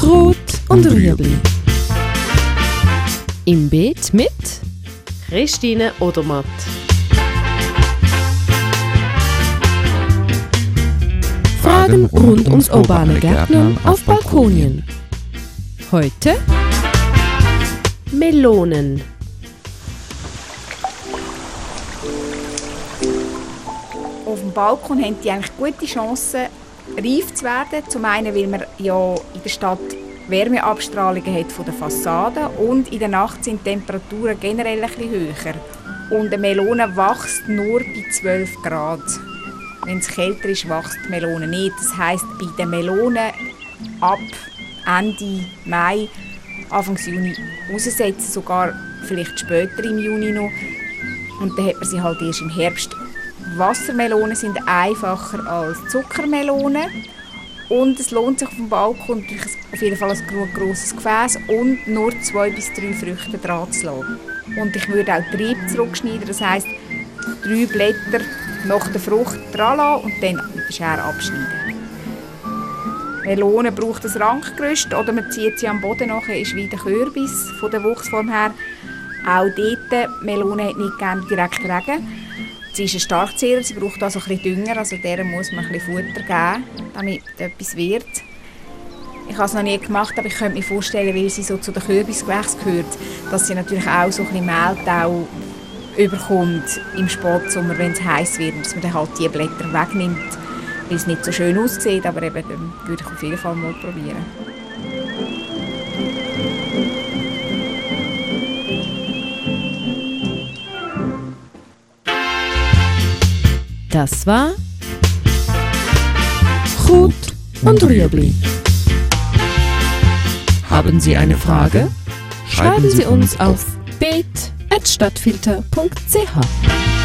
Brot und Rüebli. Im Beet mit Christine Odermatt. Fragen rund ums urbane Gärtnern auf Balkonien. Heute Melonen. Auf dem Balkon haben die eigentlich gute Chancen, reif zu werden. Zum einen, weil man ja in der Stadt Wärmeabstrahlungen hat von der Fassade und in der Nacht sind die Temperaturen generell ein bisschen höher. Und eine Melone wächst nur bei 12 Grad. Wenn es kälter ist, wächst die Melone nicht. Das heisst, bei den Melonen ab Ende Mai, Anfang Juni raussetzen, sogar vielleicht später im Juni noch. Und dann hat man sie halt erst im Herbst. Wassermelonen sind einfacher als Zuckermelonen. Und es lohnt sich auf dem Balkon auf jeden Fall ein grosses Gefäß und nur 2 bis 3 Früchte dran zu lassen. Und ich würde auch die Triebe zurückschneiden, das heisst 3 Blätter nach der Frucht dran lassen und dann mit der Schere abschneiden. Melone braucht ein Rankgerüst oder man zieht sie am Boden nachher, ist wie der Kürbis von der Wuchsform her. Auch dort, Melone hat nicht gerne direkt Regen. Sie ist ein Starkzehrer, sie braucht also ein bisschen Dünger, also der muss man ein bisschen Futter geben, damit etwas wird. Ich habe es noch nie gemacht, aber ich könnte mir vorstellen, weil sie so zu den Kürbisgewächsen gehört, dass sie natürlich auch so ein bisschen Mehltau überkommt im Spätsommer, wenn es heiß wird, dass man dann halt die Blätter wegnimmt, weil es nicht so schön aussieht, aber eben, dann würde ich auf jeden Fall mal probieren. Das war Brot und Rüebli. Haben Sie eine Frage? Schreiben Sie uns auf beet@stadtfilter.ch.